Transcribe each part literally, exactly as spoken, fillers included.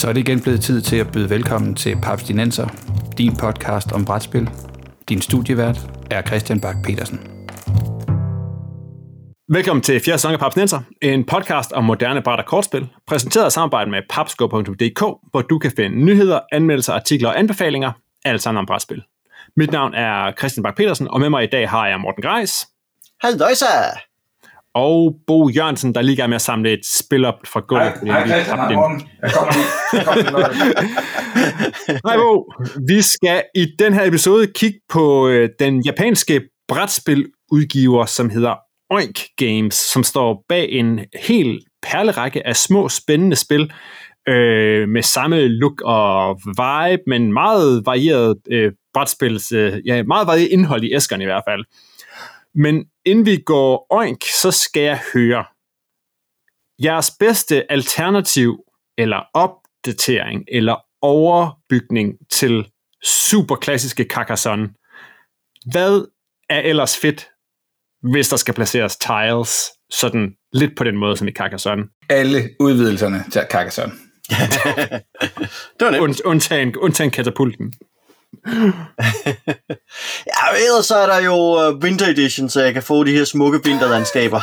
Så er det igen blevet tid til at byde velkommen til Papstinenser, din podcast om brætspil. Din studievært er Christian Bak Petersen. Velkommen til fjerde sæson af Papstinenser, en podcast om moderne bræt- og kortspil, præsenteret af samarbejde med papsko punktum d k, hvor du kan finde nyheder, anmeldelser, artikler og anbefalinger, alt sammen om brætspil. Mit navn er Christian Bak Petersen, og med mig i dag har jeg Morten Greis. Halløjsa! Og Bo Jørgensen, der lige er med at samle et spil op fra gulvet. Hej, hej Christian, hej Morten. Jeg kommer lige. Jeg kommer lige. Hej Bo. Vi skal i den her episode kigge på øh, den japanske brætspiludgiver, som hedder Oink Games, som står bag en hel perlerække af små, spændende spil, øh, med samme look og vibe, men meget varieret øh, brætspils, øh, ja, meget varieret indhold i æskerne i hvert fald. Men inden vi går oink, så skal jeg høre jeres bedste alternativ, eller opdatering, eller overbygning til superklassiske Carcassonne. Hvad er ellers fedt, hvis der skal placeres tiles, sådan lidt på den måde som i Carcassonne? Alle udvidelserne til Carcassonne. Det var nemt. Und, undtagen, undtagen katapulten. Ja, ellers så er der jo uh, Winter Edition, så jeg kan få de her smukke vinterlandskaber.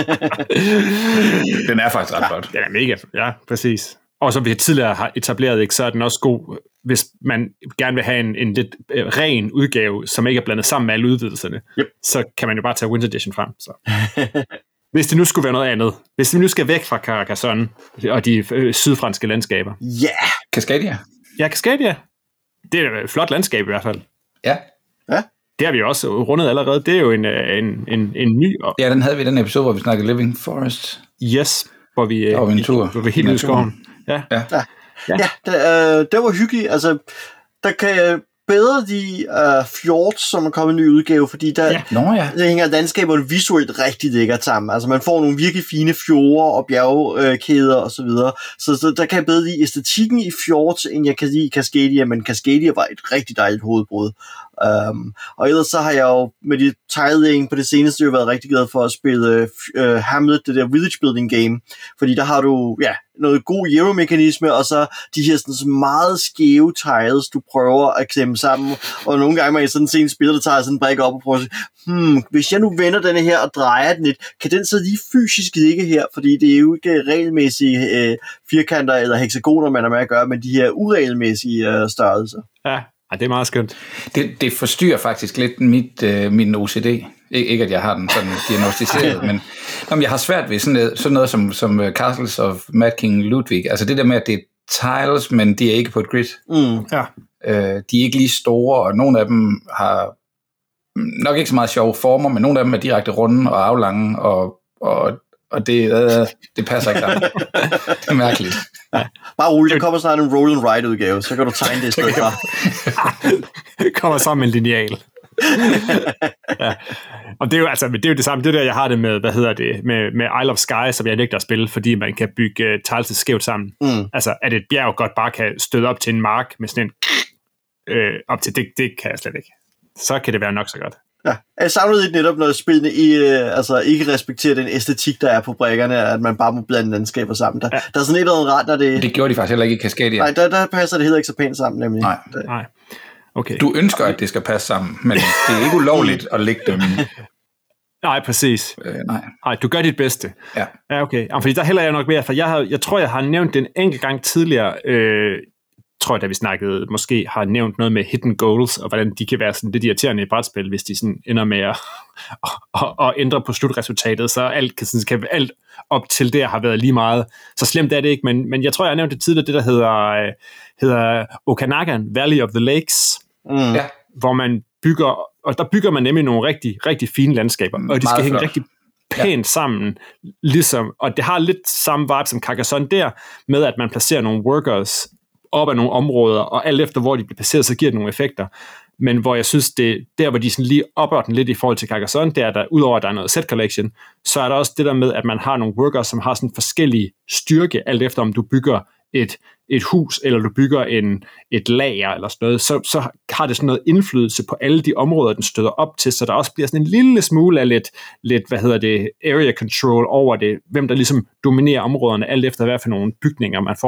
Den er faktisk ret godt. Den er mega, ja, præcis. Og som vi tidligere har etableret, ikke, så er den også god, hvis man gerne vil have en, en lidt øh, ren udgave, som ikke er blandet sammen med alle udvidelserne. Yep. Så kan man jo bare tage Winter Edition frem. Så. Hvis det nu skulle være noget andet. Hvis det nu skal væk fra Carcassonne og de øh, sydfranske landskaber. Ja! Yeah. Cascadia. Ja, Cascadia. Det er et flot landskab i hvert fald. Ja. Ja. Det har vi jo også rundet allerede. Det er jo en, en, en, en ny... Ja, den havde vi i den episode, hvor vi snakkede Living Forest. Yes, hvor vi, der var vi en tur. Hvor vi helt ude i skoven. Ja, ja. ja. ja det, øh, det var hyggeligt. Altså, der kan jeg bedre de uh, fjords, som er kommet en ny udgave, fordi der, ja. Nå, ja. der hænger landskaberne visuelt rigtig lækkert sammen. Altså, man får nogle virkelig fine fjorde og bjergkæder og så videre. Så, så der kan jeg bedre lide æstetikken i fjords, end jeg kan lide Cascadia, men Cascadia var et rigtig dejligt hovedbrud. Um, og ellers så har jeg jo med de tiling på det seneste jo været rigtig glad for at spille uh, Hamlet, det der village building game, fordi der har du ja, noget god euro-mekanisme, og så de her sådan, meget skæve tiles, du prøver at klemme sammen, og nogle gange man i sådan en spiller, der tager sådan en brik op og prøver at sige, hmm, hvis jeg nu vender denne her og drejer den lidt, kan den så lige fysisk ligge her, fordi det er jo ikke regelmæssige øh, firkanter eller hexagoner, man har med at gøre, men de her uregelmæssige øh, størrelser. Ja. Ja, det er meget skønt. Det, det forstyrrer faktisk lidt mit, øh, min O C D. Ik- ikke, at jeg har den sådan diagnostiseret, men om jeg har svært ved sådan noget, sådan noget som, som Castles of Mad King Ludwig. Altså det der med, at det er tiles, men de er ikke på et grid. Mm. Ja. Øh, de er ikke lige store, og nogle af dem har nok ikke så meget sjove former, men nogle af dem er direkte runde og aflange, og, og, og det, øh, det passer ikke sammen. Det er mærkeligt. Ja. Bare roligt, der kommer snart en roll and ride udgave, så kan du tegne det i stedet for. Det kommer sammen med en lineal. Ja. Og det er jo altså, det er jo det samme, det der jeg har det med, hvad hedder det, med, med Isle of Skye, som jeg nægter at spille, fordi man kan bygge uh, tiles skævt sammen. Mm. Altså, at et bjerg godt bare kan støde op til en mark med sådan en øh, op til, det, det kan jeg slet ikke. Så kan det være nok så godt. Ja, jeg savnede lidt netop, når spillene i, øh, altså ikke respekterer den æstetik, der er på brækkerne, at man bare må blande landskaber sammen. Der, ja. der er sådan et eller andet ret, når det... Det gjorde de faktisk heller ikke i Cascadia. Nej, der, der passer det heller ikke så pænt sammen, nemlig. Nej. Nej. Okay. Du ønsker, at det skal passe sammen, men det er ikke ulovligt at lægge dem. Nej, præcis. Øh, nej. Nej, du gør dit bedste. Ja. Ja, okay. Jamen, fordi der hælder jeg nok mere, for jeg, har, jeg tror, jeg har nævnt den enkelt gang tidligere, øh, tror jeg, da vi snakkede, måske har nævnt noget med hidden goals, og hvordan de kan være sådan lidt irriterende i brætspil, hvis de sådan ender med at, at, at, at ændre på slutresultatet, så alt kan, sådan, kan alt op til det har været lige meget. Så slemt er det ikke, men, men jeg tror, jeg har nævnt det tidligere, det der hedder, hedder Okanagan, Valley of the Lakes, mm. ja. hvor man bygger, og der bygger man nemlig nogle rigtig, rigtig fine landskaber, og de skal hænge rigtig pænt ja. sammen, ligesom, og det har lidt samme vibe som Carcassonne der, med at man placerer nogle workers op af nogle områder, og alt efter hvor de bliver placeret, så giver det nogle effekter. Men hvor jeg synes, det der hvor de sådan lige opper den lidt i forhold til Carcassonne, det er der, udover at der er noget set collection, så er der også det der med, at man har nogle workers, som har sådan forskellige styrke, alt efter om du bygger et, et hus, eller du bygger en, et lager, eller sådan noget, så, så har det sådan noget indflydelse på alle de områder, den støder op til, så der også bliver sådan en lille smule af lidt, lidt hvad hedder det, area control over det, hvem der ligesom dominerer områderne, alt efter hvad for nogle bygninger man får.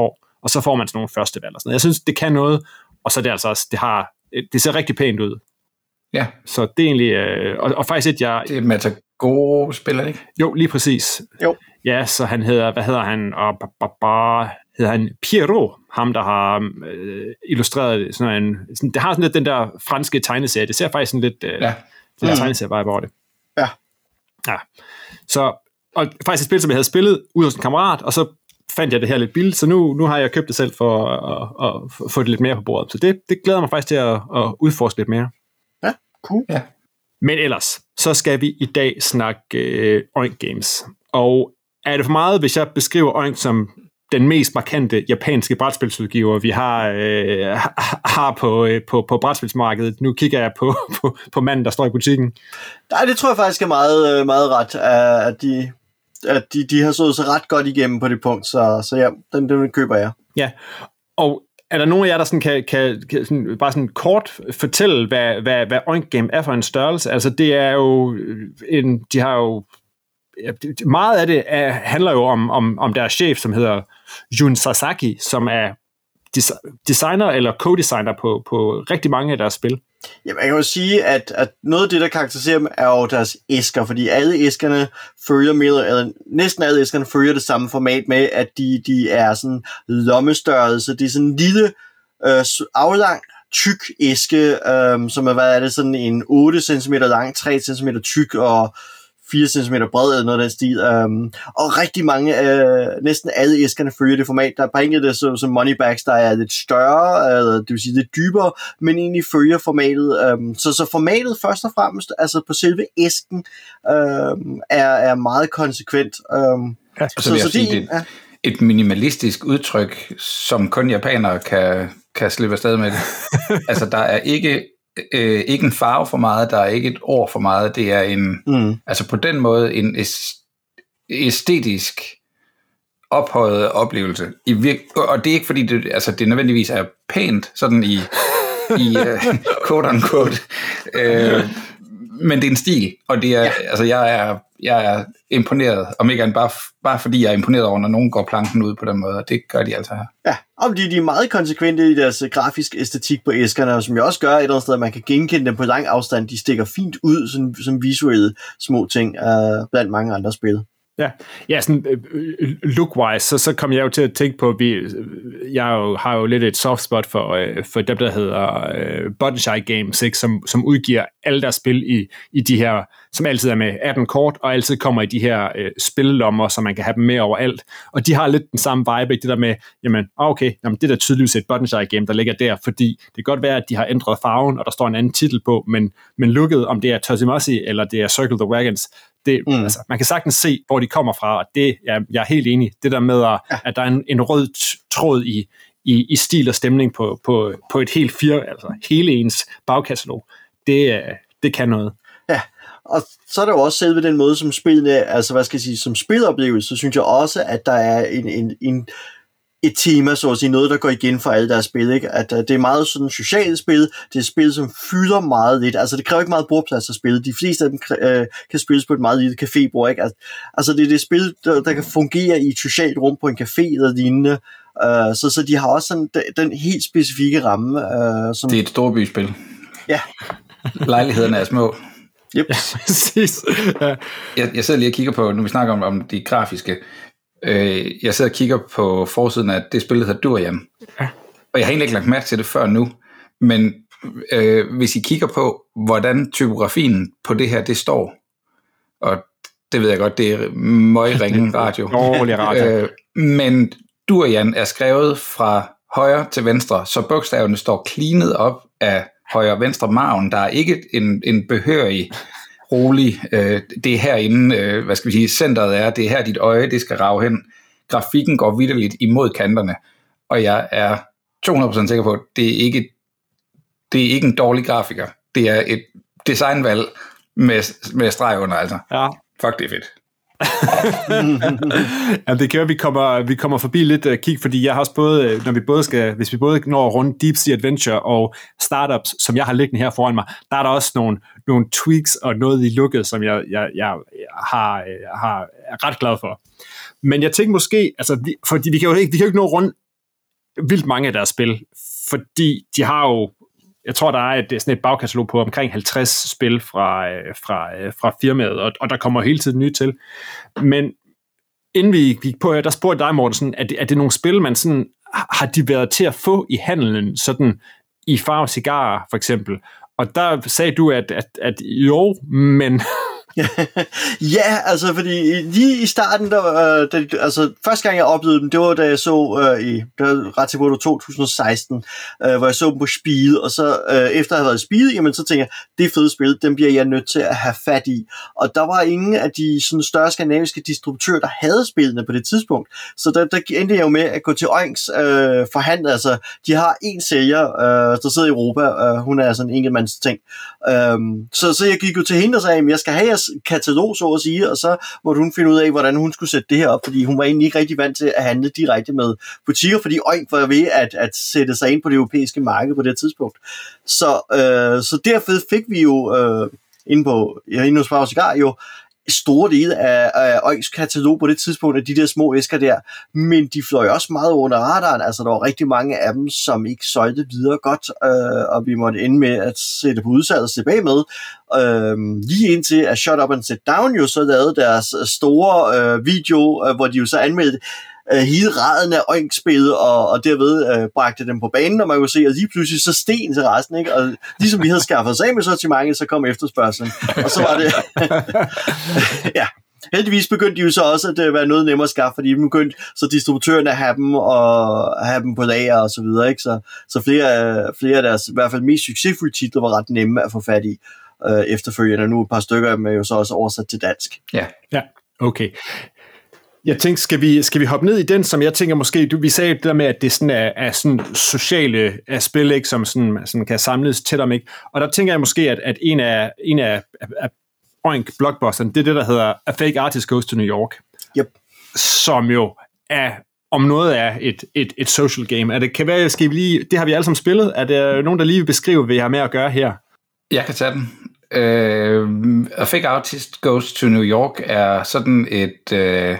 og så får man sådan nogle førstevalg og sådan noget. Jeg synes, det kan noget, og så er det altså også, det har, det ser rigtig pænt ud. Ja. Så det er egentlig, øh, og, og faktisk et, jeg... Det er Matagoro spiller, ikke? Jo, lige præcis. Jo. Ja, så han hedder, hvad hedder han? Og, ba, ba, ba, hedder han Pierrot, ham der har øh, illustreret sådan en, sådan, det har sådan lidt den der franske tegneserie, det ser faktisk sådan lidt, øh, Ja. den der tegneserie-vibe over det. Ja. Ja. Så, og faktisk et spil, som jeg havde spillet ud hos en kammerat, og så fandt jeg det her lidt billigt, så nu, nu har jeg købt det selv for at, at, at få det lidt mere på bordet. Så det, det glæder mig faktisk til at, at udforske lidt mere. Ja, cool. Ja. Men ellers, så skal vi i dag snakke øh, Oink Games. Og er det for meget, hvis jeg beskriver Oink som den mest markante japanske brætspilsudgiver, vi har, øh, har på, øh, på, på brætspilsmarkedet? Nu kigger jeg på, på, på manden, der står i butikken. Nej, det tror jeg faktisk er meget, meget ret, at de, at de, de har sået sig ret godt igennem på det punkt, så, så ja, den, den køber jeg. Ja, og er der nogen af jer, der sådan kan, kan, kan sådan, bare sådan kort fortælle, hvad, hvad, hvad Oink Game er for en størrelse? Altså, det er jo en, de har jo meget af det er, handler jo om, om, om deres chef, som hedder Jun Sasaki, som er des- designer eller co-designer på, på rigtig mange af deres spil. Jamen, jeg kan jo sige, at, at noget af det, der karakteriserer dem, er jo deres æsker, fordi alle æskerne følger med, eller næsten alle æskerne følger det samme format med, at de, de er sådan lommestørrelse. Det er sådan en lille, øh, aflang, tyk æske, øh, som er, hvad er det, sådan en otte centimeter lang, tre centimeter tyk og fire centimeter bred eller noget af den stil. Um, og rigtig mange, øh, næsten alle æskerne følger det format. Der er bare enkelte som, som moneybags, der er lidt større, eller det vil sige lidt dybere, men egentlig følger formatet. Um, så, så formatet først og fremmest, altså på selve æsken, um, er, er meget konsekvent. Um, ja, så, så, så det er et, ja. et minimalistisk udtryk, som kun japanere kan, kan slippe afsted med det. Altså, der er ikke Øh, ikke en farve for meget, der er ikke et ord for meget, det er en, mm. altså på den måde en æstetisk ophøjet oplevelse. I virke, og det er ikke fordi, det, altså det nødvendigvis er pænt, sådan i, i uh, quote unquote, øh, men det er en stil, og det er, ja. altså jeg er, jeg er imponeret, om ikke andet bare, bare fordi jeg er imponeret over, når nogen går planken ud på den måde, og det gør de altså her. Ja, og de, de er meget konsekvente i deres grafiske æstetik på æskerne, og som jeg også gør et eller andet sted, at man kan genkende dem på lang afstand. De stikker fint ud som, som visuelle små ting uh, blandt mange andre spil. Ja, ja, sådan uh, look-wise, så, så kom jeg jo til at tænke på, at vi, jeg jo, har jo lidt et soft spot for, uh, for dem, der hedder uh, Button Shy Games, ikke? Som, som udgiver alle deres spil i, i de her, som altid er med atten kort, og altid kommer i de her uh, spillelommer, så man kan have dem med overalt. Og de har lidt den samme vibe, ikke? Det der med, jamen, okay, jamen, det der tydeligvis et Button Shy Game, der ligger der, fordi det kan godt være, at de har ændret farven, og der står en anden titel på, men, men looket, om det er Toshimoshi, eller det er Circle the Wagons, det, mm. altså, man kan sagtens se, hvor de kommer fra, og det, ja, jeg er helt enig. Det der med, at, ja. at der er en, en rød tråd i, i, i stil og stemning på, på, på et helt fire, altså hele ens bagkatalog, det, det kan noget. Ja, og så er der jo også selve den måde, som spillene, altså hvad skal jeg sige, som spiloplevelse, så synes jeg også, at der er en, en, en et tema, så at sige, noget, der går igen for alle deres spil, ikke? At uh, det er meget sådan socialt spil, det er spil, som fylder meget lidt, altså det kræver ikke meget bordplads at spille, de fleste af dem uh, kan spilles på et meget lille cafébord, ikke? Altså det er det spil, der, der kan fungere i et socialt rum på en café eller lignende, uh, så, så de har også sådan den, den helt specifikke ramme. Uh, som... Det er et storbyspil. Ja. Lejlighederne er små. Yep. Ja, præcis. Ja. Jeg, jeg sidder lige og kigger på, nu vi snakker om, om de grafiske, øh, jeg sidder og kigger på forsiden af det spil, der hedder Durian. Ja. Og jeg har egentlig ikke lagt mærke til det før nu, men øh, hvis I kigger på, hvordan typografien på det her, det står, og det ved jeg godt, det er møgringen radio. Dårlig radio. Øh, men Durian er skrevet fra højre til venstre, så bogstaverne står cleanet op af højre og venstre margen. Der er ikke en, en behørig, rolig, øh, det er herinde, øh, hvad skal vi sige, centret er, det er her dit øje, det skal rage hen. Grafikken går vitterligt imod kanterne, og jeg er to hundrede procent sikker på, at det er ikke, det er ikke en dårlig grafiker. Det er et designvalg med, med streg under, altså. Ja. Fuck, det er fedt. Ja, det kan være, vi kommer, vi kommer forbi lidt uh, kig, fordi jeg har også både, når vi både skal, hvis vi både når rundt Deep Sea Adventure og startups, som jeg har liggende her foran mig, der er der også nogle, nogle tweaks og noget i looket, som jeg, jeg, jeg har, har, er ret glad for. Men jeg tænker måske, altså, vi, fordi vi kan jo ikke, vi kan jo ikke nå rundt vildt mange af deres spil, fordi de har jo, jeg tror, der er et, sådan et bagkatalog på omkring halvtreds spil fra, fra, fra firmaet, og, og der kommer hele tiden nye til. Men inden vi gik på her, der spurgte dig, Morten, er det, er det nogle spil, man sådan, har de været til at få i handelen, sådan i Farve Cigarer for eksempel? Og der sagde du, at, at, at jo, men... Ja, altså fordi lige i starten, der, øh, der, altså første gang jeg oplevede dem, det var da jeg så øh, i, det var ret til på to tusind og seksten, øh, hvor jeg så dem på Speed, og så øh, efter at have været i Speed, jamen så tænker jeg, det er fedt spil, dem bliver jeg nødt til at have fat i. Og der var ingen af de sådan større skandinaviske distributører, der havde spillene på det tidspunkt, så der, der endte jeg jo med at gå til Oinks øh, forhandle, altså de har en sælger, øh, der sidder i Europa, øh, hun er sådan en enkeltmands ting, øh, så, så jeg gik jo til hende og sagde, jeg skal have jeres katalog, så at sige, og så måtte hun finde ud af, hvordan hun skulle sætte det her op, fordi hun var egentlig ikke rigtig vant til at handle direkte med butikker, fordi Oink var ved at, at sætte sig ind på det europæiske marked på det tidspunkt. Så, øh, så derfor fik vi jo øh, inde på, ja, inde hos Farve Cigar jo, store dele af, af Oinks katalog på det tidspunkt, af de der små æsker der, men de fløj også meget under radaren, altså der var rigtig mange af dem, som ikke solgte videre godt, øh, og vi måtte ende med at sætte på udsalg og se bag med, øh, lige indtil at Shut Up and Sit Down jo så lavede deres store øh, video, øh, hvor de jo så anmeldte øh, hele raden af Oink-spil, og, og derved øh, bragte dem på banen, og man kunne se, at lige pludselig så steg interessen, ikke? Og ligesom vi havde skaffet os af med sortimentet, så kom efterspørgselen, og så var det ja, heldigvis begyndte de jo så også at være noget nemmere at skaffe, fordi de begyndte så distributørerne at have dem, og have dem på lager og så videre, ikke? Så, så flere, flere af deres i hvert fald mest succesfulde titler var ret nemme at få fat i øh, efterfølgende. Nu et par stykker af dem er jo så også oversat til dansk. Ja, ja, okay. Jeg tænkte, skal vi, skal vi hoppe ned i den, som jeg tænker måske, du, vi sagde det der med, at det sådan er, er sådan sociale er spil, ikke, som sådan, sådan kan samles til dem, ikke? Og der tænker jeg måske, at, at en af, en af, af Oink blockbusteren, det er det, der hedder A Fake Artist Goes to New York. Yep. Som jo er, om noget er et, et, et social game. Er det, kan være, skal vi lige, det har vi alle sammen spillet. Er der nogen, der lige vil beskrive, hvad jeg har med at gøre her? Jeg kan tage den. Uh, A Fake Artist Goes to New York er sådan et uh,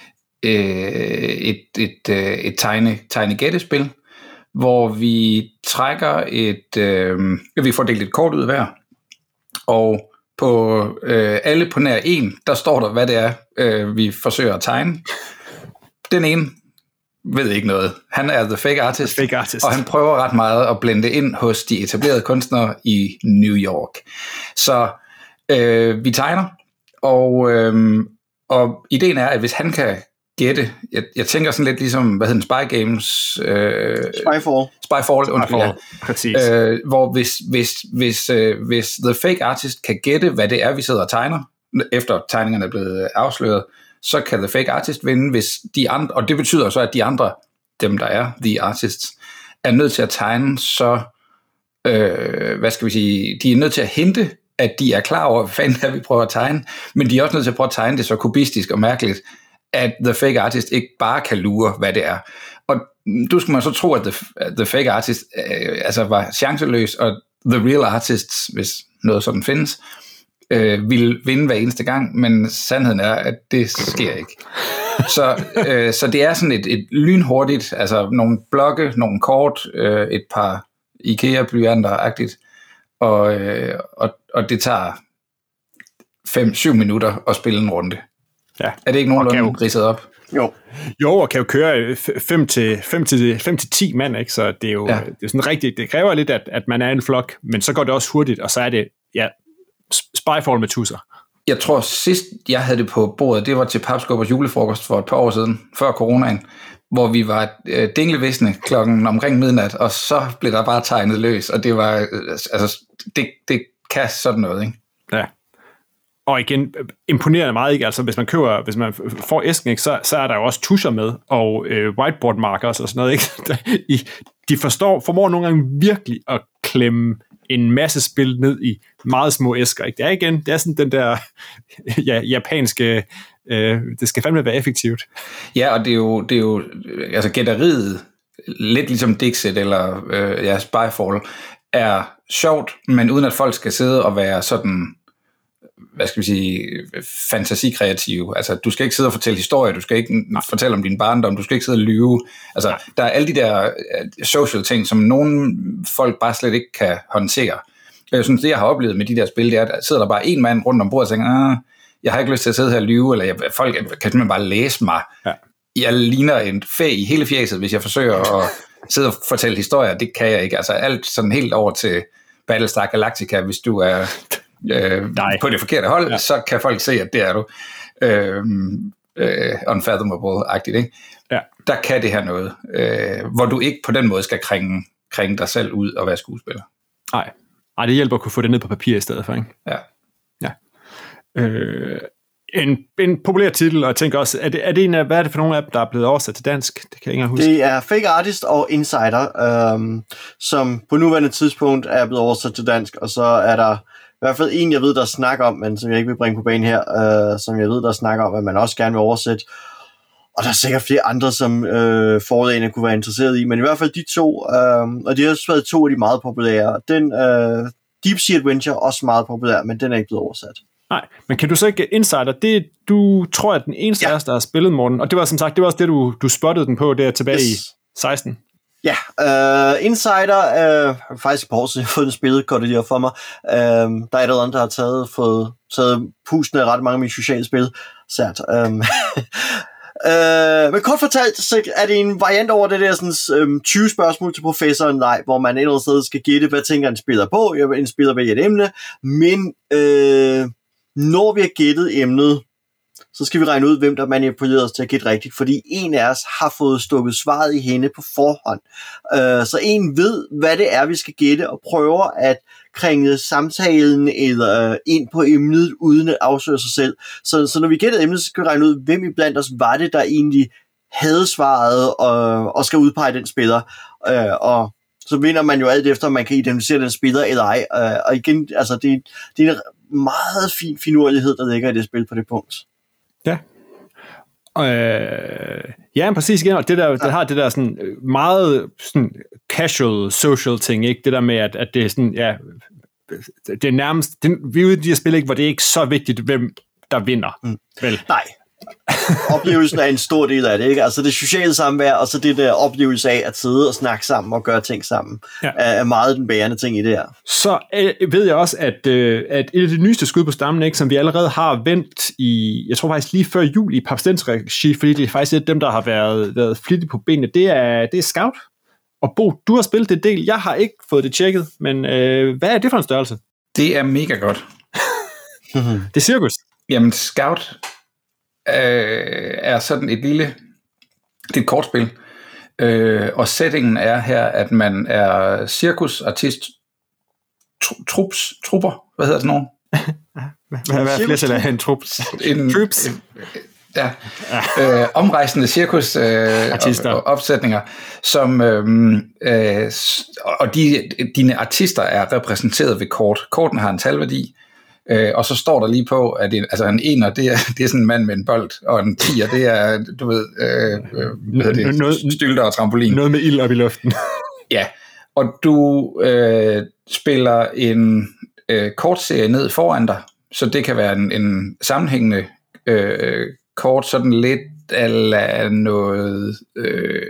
et, et, et, et tegne, tegne-gættespil, hvor vi trækker et, uh, vi får delt et kort ud hver, og på øh, alle på nær en, der står der, hvad det er, øh, vi forsøger at tegne. Den ene ved ikke noget. Han er the fake artist, the fake artist, og han prøver ret meget at blende ind hos de etablerede kunstnere i New York. Så øh, vi tegner, og, øh, og ideen er, at hvis han kan gætte, jeg, jeg tænker sådan lidt ligesom, hvad hedder den, Spy Games? Øh, Spyfall. Spyfall, undskyld, ja. Præcis. Øh, hvor hvis, hvis, hvis, øh, hvis The Fake Artist kan gætte, hvad det er, vi sidder og tegner, efter tegningerne er blevet afsløret, så kan The Fake Artist vinde, hvis de andre, og det betyder så, at de andre, dem der er The Artists, er nødt til at tegne, så, øh, hvad skal vi sige, de er nødt til at hinte, at de er klar over, hvad fanden er, vi prøver at tegne, men de er også nødt til at prøve at tegne det så kubistisk og mærkeligt, at The Fake Artist ikke bare kan lure, hvad det er. Og du skal man så tro, at The, the Fake Artist øh, altså var chanceløs, og The Real Artists, hvis noget sådan findes, øh, ville vinde hver eneste gang, men sandheden er, at det sker ikke. Så, øh, så det er sådan et, et lynhurtigt, altså nogle blokke, nogle kort, øh, et par IKEA-blyanter-agtigt, og, øh, og, og det tager fem syv minutter at spille en runde. Ja. Er det ikke nogenlunde ridset op? Jo. Jo, og kan jo køre fem til ti mand, ikke? Så det er jo ja. Det er sådan rigtigt. Det kræver lidt, at, at man er en flok, men så går det også hurtigt, og så er det, ja, Spyfall med tusser. Jeg tror sidst, jeg havde det på bordet, det var til Papskubbers julefrokost for et par år siden, før coronaen, hvor vi var øh, dinglevisne klokken omkring midnat, og så blev der bare tegnet løs, og det var, øh, altså, det, det kan sådan noget, ikke? Ja. Og igen, imponerende meget, ikke? Altså, hvis man køber, hvis man får æsken, ikke, så, så er der jo også tuscher med, og øh, whiteboard markers og sådan noget, ikke? I, de forstår, formår nogle gange virkelig at klemme en masse spil ned i meget små æsker, ikke? Det er igen, det er sådan den der ja, japanske, øh, det skal fandme være effektivt. Ja, og det er jo, det er jo altså gætteriet, lidt ligesom Dixit eller øh, ja, Spyfall, er sjovt, men uden at folk skal sidde og være sådan, hvad skal vi sige, fantasikreative. Altså, du skal ikke sidde og fortælle historier, du skal ikke Nej. fortælle om din barndom, du skal ikke sidde og lyve. Altså, Nej. der er alle de der social ting, som nogle folk bare slet ikke kan håndtere. Jeg synes, det jeg har oplevet med de der spil, det er, at der sidder der bare en mand rundt om bordet og tænker, ah, jeg har ikke lyst til at sidde her og lyve, eller jeg, folk kan simpelthen bare læse mig. Ja. Jeg ligner en fæ i hele fjeset, hvis jeg forsøger at sidde og fortælle historier. Det kan jeg ikke. Altså alt sådan helt over til Battlestar Galactica, hvis du er øh, på det forkerte hold, ja. så kan folk se, at det er du. Øh, øh, unfathomable-agtigt, ikke? Ja. Der kan det her noget, øh, hvor du ikke på den måde skal krænge, krænge dig selv ud og være skuespiller. Nej. Ej, det hjælper at kunne få det ned på papir i stedet for, ikke? Ja. Ja. Øh, en, en populær titel, og jeg tænker også, er det, er det en af, hvad er det for nogle af dem, der er blevet oversat til dansk? Det kan jeg ikke engang huske. Det er Fake Artist og Insider, øhm, som på nuværende tidspunkt er blevet oversat til dansk, og så er der i hvert fald en, jeg ved, der snakker om, men som jeg ikke vil bringe på banen her, øh, som jeg ved, der snakker om, at man også gerne vil oversætte. Og der er sikkert flere andre, som øh, forlagene kunne være interesseret i, men i hvert fald de to, øh, og de har også været to af de meget populære. Den øh, Deep Sea Adventure er også meget populær, men den er ikke blevet oversat. Nej, men kan du så ikke Insider? Det du tror, at den eneste ja. af os, der har spillet, Morten, og det var som sagt, det var også det, du, du spottede den på der tilbage yes. i seksten. Ja, uh, Insider, uh, faktisk et par år siden, jeg har fået den spillet, går det lige op for mig. Uh, der er et eller andet, der har taget, fået, taget pusten af ret mange af mine sociale spil. Sært. Um, Uh, men kort fortalt, så er det en variant over det der sådan, um, tyve spørgsmål til professoren leg, hvor man et eller andet sted skal gætte, hvad tænker en spiller på. En spiller vælger et emne, men uh, når vi har gættet emnet, så skal vi regne ud, hvem der manipulerer os til at gætte rigtigt, fordi en af os har fået stukket svaret i hende på forhånd. Uh, så en ved, hvad det er, vi skal gætte, og prøver at kringe samtalen eller uh, ind på emnet, uden at afsløre sig selv. Så, så når vi gætter emnet, så skal vi regne ud, hvem i blandt os var det, der egentlig havde svaret, og, og skal udpege den spiller. Uh, og så vinder man jo alt efter, om man kan identificere den spiller eller ej. Uh, og igen, altså, det, det er en meget fin finurlighed, der ligger i det spil på det punkt. Ja. Øh, ja, præcis igen, og det der, ja. det har det der sådan meget sådan casual social ting, ikke? Det der med, at, at det er sådan, ja, det er nærmest, det, vi er ude i de her spil, ikke, hvor det er ikke så vigtigt, hvem der vinder. Mm. Vel? Nej. Oplevelsen er en stor del af det, ikke? Altså det sociale samvær, og så det der oplevelse af at sidde og snakke sammen og gøre ting sammen, ja. er meget den bærende ting i det her. Så øh, ved jeg også, at, øh, at et af de nyeste skud på stammen, ikke, som vi allerede har vendt i, jeg tror faktisk lige før jul i Papstens regi, fordi det er faktisk et dem, der har været, været flittigt på benene, det er, det er Scout. Og Bo, du har spillet det del, jeg har ikke fået det tjekket, men øh, hvad er det for en størrelse? Det er mega godt. Det er cirkus. Jamen, Scout Øh, er sådan et lille, det er et kortspil, øh, og settingen er her, at man er cirkusartist, tr- trups, trupper, hvad hedder det sådan noget? Hvad er flertal af en trups? En, Troops? En, ja, øh, omrejsende cirkus øh, og, opsætninger, som, øh, øh, og de, dine artister er repræsenteret ved kort. Korten har en talværdi, Øh, og så står der lige på, at en, altså en ener, det er, det er sådan en mand med en bold, og en tier, det er, du ved, øh, hvad hedder det, noget, stylter og trampolin. Noget med ild op i luften. Ja, og du øh, spiller en øh, kortserie ned foran dig, så det kan være en, en sammenhængende øh, kort, sådan lidt eller noget, øh,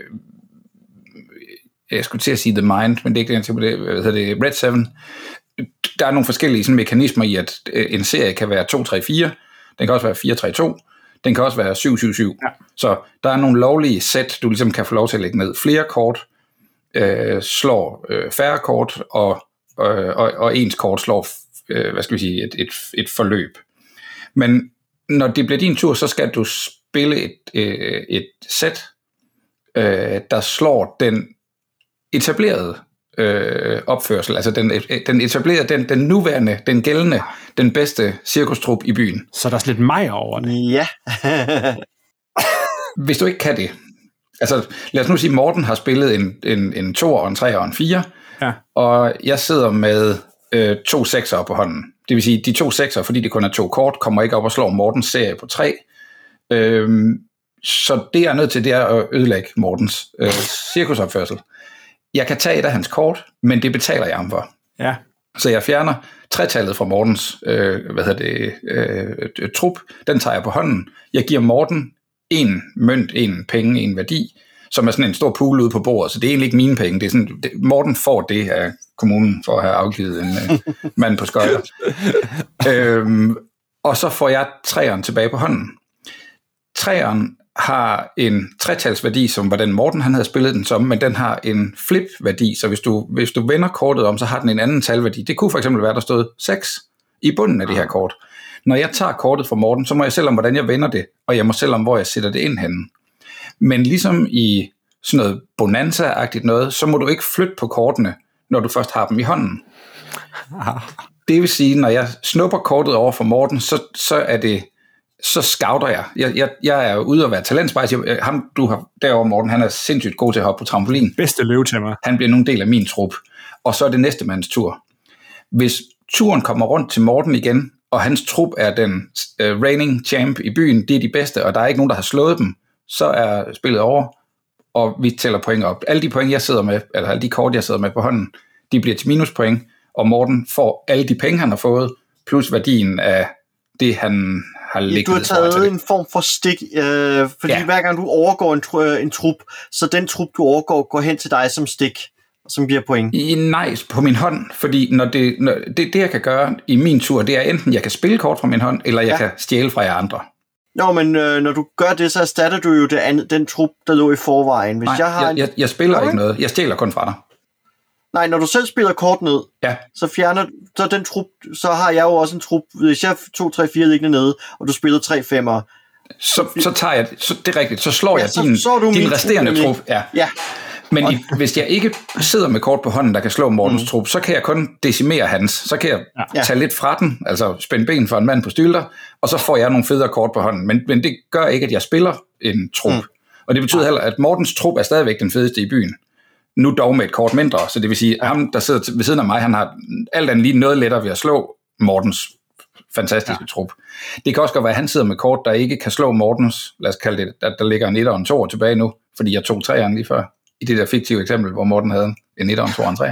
jeg skulle til at sige The Mind, men det er ikke det, jeg tænker på det, hvad hedder det, Red seven. Der er nogle forskellige sådan, mekanismer i, at en serie kan være to tre fire, den kan også være fire tre to, den kan også være syv syv syv. Ja. Så der er nogle lovlige sæt, du ligesom kan få lov til at lægge ned. Flere kort øh, slår øh, færre kort, og, øh, og, og ens kort slår øh, hvad skal vi sige, et, et, et forløb. Men når det bliver din tur, så skal du spille et, øh, et sæt, øh, der slår den etablerede Øh, opførsel, altså den, den etablerede, den, den nuværende, den gældende, den bedste cirkustrup i byen. Så der er lidt mig over det. Ja. Hvis du ikke kan det, altså lad os nu sige, Morten har spillet en, en, en toer, og en treer og en fire, ja. Og jeg sidder med øh, to sekser på hånden. Det vil sige, de to sekser, fordi det kun er to kort, kommer ikke op og slår Mortens serie på tre. Øhm, så det jeg er nødt til, det er at ødelægge Mortens øh, cirkusopførsel. Jeg kan tage et af hans kort, men det betaler jeg ham for. Ja. Så jeg fjerner tretallet fra Mortens øh, hvad hedder det, øh, trup, den tager jeg på hånden. Jeg giver Morten en mønt, en penge, en værdi, som er sådan en stor pool ude på bordet, så det er egentlig ikke mine penge. Det er sådan, det, Morten får det af kommunen for at have afgivet en øh, mand på skøjter. øhm, og så får jeg træeren tilbage på hånden. Træeren har en tretalsværdi, som var den Morten han havde spillet den som, men den har en flip-værdi, så hvis du, hvis du vender kortet om, så har den en anden talværdi. Det kunne for eksempel være, der stod seks i bunden af det her kort. Når jeg tager kortet fra Morten, så må jeg selv om, hvordan jeg vender det, og jeg må selv om, hvor jeg sætter det ind henne. Men ligesom i sådan noget bonanza-agtigt noget, så må du ikke flytte på kortene, når du først har dem i hånden. Det vil sige, når jeg snupper kortet over for Morten, så, så er det så scouter jeg. Jeg, jeg, jeg er ude at være talentspejs. Ham, du har derovre, Morten, han er sindssygt god til at hoppe på trampolin. Bedste løvetæmmer. Han bliver nu en del af min trup. Og så er det næste mands tur. Hvis turen kommer rundt til Morten igen, og hans trup er den uh, reigning champ i byen, det er de bedste, og der er ikke nogen, der har slået dem, så er spillet over, og vi tæller point op. Alle de point, jeg sidder med, eller alle de kort, jeg sidder med på hånden, de bliver til minuspoint, og Morten får alle de penge, han har fået, plus værdien af det, han har ligget. Du har taget en form for stik, øh, fordi ja. Hver gang du overgår en, tr- en trup, så den trup, du overgår, går hen til dig som stik, som giver point. I, nej, på min hånd, fordi når det, når det, det, jeg kan gøre i min tur, det er enten, jeg kan spille kort fra min hånd, eller jeg ja. kan stjæle fra jer andre. Nå, men øh, når du gør det, så erstatter du jo det andet, den trup, der lå i forvejen. Hvis nej, jeg, har jeg, en... jeg, jeg spiller okay. ikke noget. Jeg stjæler kun fra dig. Nej, når du selv spiller kort ned, ja. så fjerner så den trup, så har jeg jo også en trup, hvis jeg har to, tre, fire liggende nede, og du spiller tre femmer. Så, så tager jeg, så, det er rigtigt, så slår ja, jeg så, din, så din resterende trup. trup. Ja. ja. Men i, hvis jeg ikke sidder med kort på hånden, der kan slå Mortens mm. trup, så kan jeg kun decimere hans. Så kan jeg ja. tage lidt fra den, altså spænde ben for en mand på stylter, og så får jeg nogle federe kort på hånden. Men, men det gør ikke, at jeg spiller en trup. Mm. Og det betyder heller, at Mortens trup er stadigvæk den fedeste i byen. Nu dog med et kort mindre, så det vil sige, at ham, der sidder ved siden af mig, han har alt andet lige noget lettere ved at slå Mortens fantastiske ja. trup. Det kan også godt være, at han sidder med kort, der ikke kan slå Mortens, lad os kalde det, at der ligger en etter og en toer tilbage nu, fordi jeg tog træerne lige før, i det der fiktive eksempel, hvor Morten havde en etter og en toer og en treer.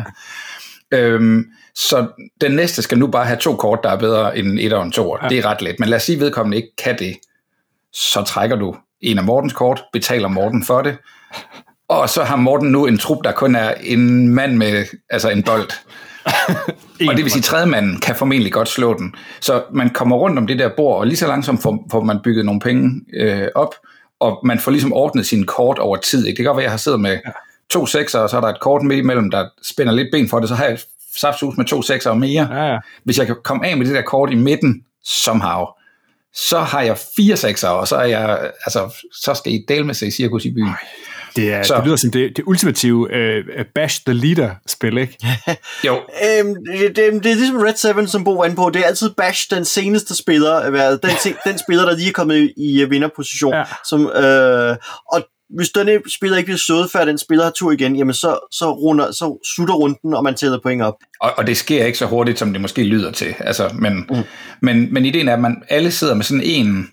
Øhm, så den næste skal nu bare have to kort, der er bedre end en etter og en toer. Ja. Det er ret let, men lad os sige, at vedkommende ikke kan det. Så trækker du en af Mortens kort, betaler Morten for det, og så har Morten nu en trup, der kun er en mand med altså en bold. Og det vil sige, at tredjemanden kan formentlig godt slå den. Så man kommer rundt om det der bord, og lige så langsomt får, får man bygget nogle penge øh, op, og man får ligesom ordnet sine kort over tid. Ikke? Det kan godt være, at jeg har siddet med to sekser, og så er der et kort midt imellem, der spænder lidt ben for det, så har jeg saftsus med to sekser og mere. Ja, ja. Hvis jeg kan komme af med det der kort i midten, somehow, så har jeg fire sekser, og så er jeg, altså, så skal I dele med sig i cirkus i byen. Det, er, det lyder som det, det ultimative uh, Bash the Leader-spil, ikke? jo. Øhm, det, det, det er ligesom Red Seven, som Bo var inde på. Det er altid Bash den seneste spiller, den, den spiller, der lige er kommet i vinderposition. Ja. Som, øh, og hvis den spiller ikke bliver slået, før den spiller har tur igen, jamen så, så, runder, så slutter runden, og man tæller point op. Og, og det sker ikke så hurtigt, som det måske lyder til. Altså, men, mm. men, men ideen er, at man alle sidder med sådan en...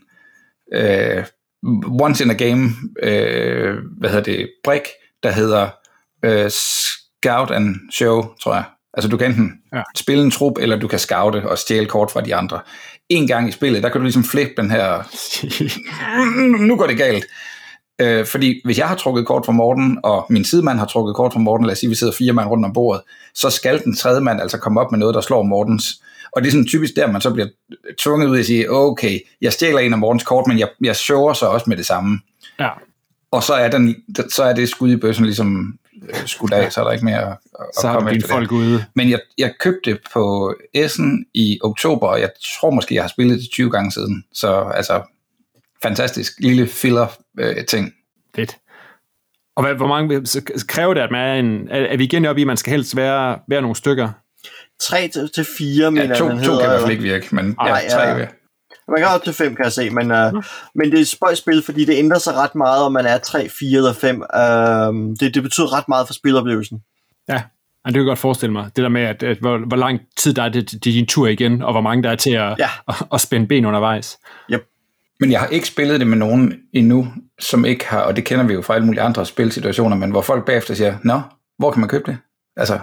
Øh, once in a game, øh, hvad hedder det, brik, der hedder øh, Scout and Show, tror jeg. Altså du kan enten ja. spille en trup, eller du kan scoute og stjæle kort fra de andre. En gang i spillet, der kan du ligesom flippe den her, nu går det galt. Øh, fordi hvis jeg har trukket kort fra Morten, og min sidemand har trukket kort fra Morten, lad os sige, vi sidder fire mand rundt om bordet, så skal den tredje mand altså komme op med noget, der slår Mortens. Og det er sådan typisk der, man så bliver tvunget ud at sige, okay, jeg stjæler en af Mortens kort, men jeg, jeg shower så også med det samme. Ja. Og så er, den, så er det skud i bøssen ligesom skudt af, så er der ikke mere at, at så komme efter folk det. Ude. Men jeg, jeg købte det på Essen i oktober, og jeg tror måske, jeg har spillet det tyve gange siden. Så altså, fantastisk lille filler-ting. Fedt. Og hvad, hvor mange så kræver det, at man er en... Er vi igen oppe i, at man skal helst være, være nogle stykker? tre til fire, mener ja, to, man to hedder. kan i hvert fald ikke virke, men Ej, ja, tre ja. vil. Man kan op til fem, kan jeg se, men, uh, mm. men det er et spøjspil, fordi det ændrer sig ret meget, om man er tre, fire eller fem. Uh, det, det betyder ret meget for spiloplevelsen. Ja, og det kan jeg godt forestille mig. Det der med, at, at hvor, hvor lang tid der er det, det er din tur igen, og hvor mange der er til at, ja. at, at spænde ben undervejs. Yep. Men jeg har ikke spillet det med nogen endnu, som ikke har, og det kender vi jo fra alle mulige andre spilsituationer, men hvor folk bagefter siger, nå, hvor kan man købe det? Altså,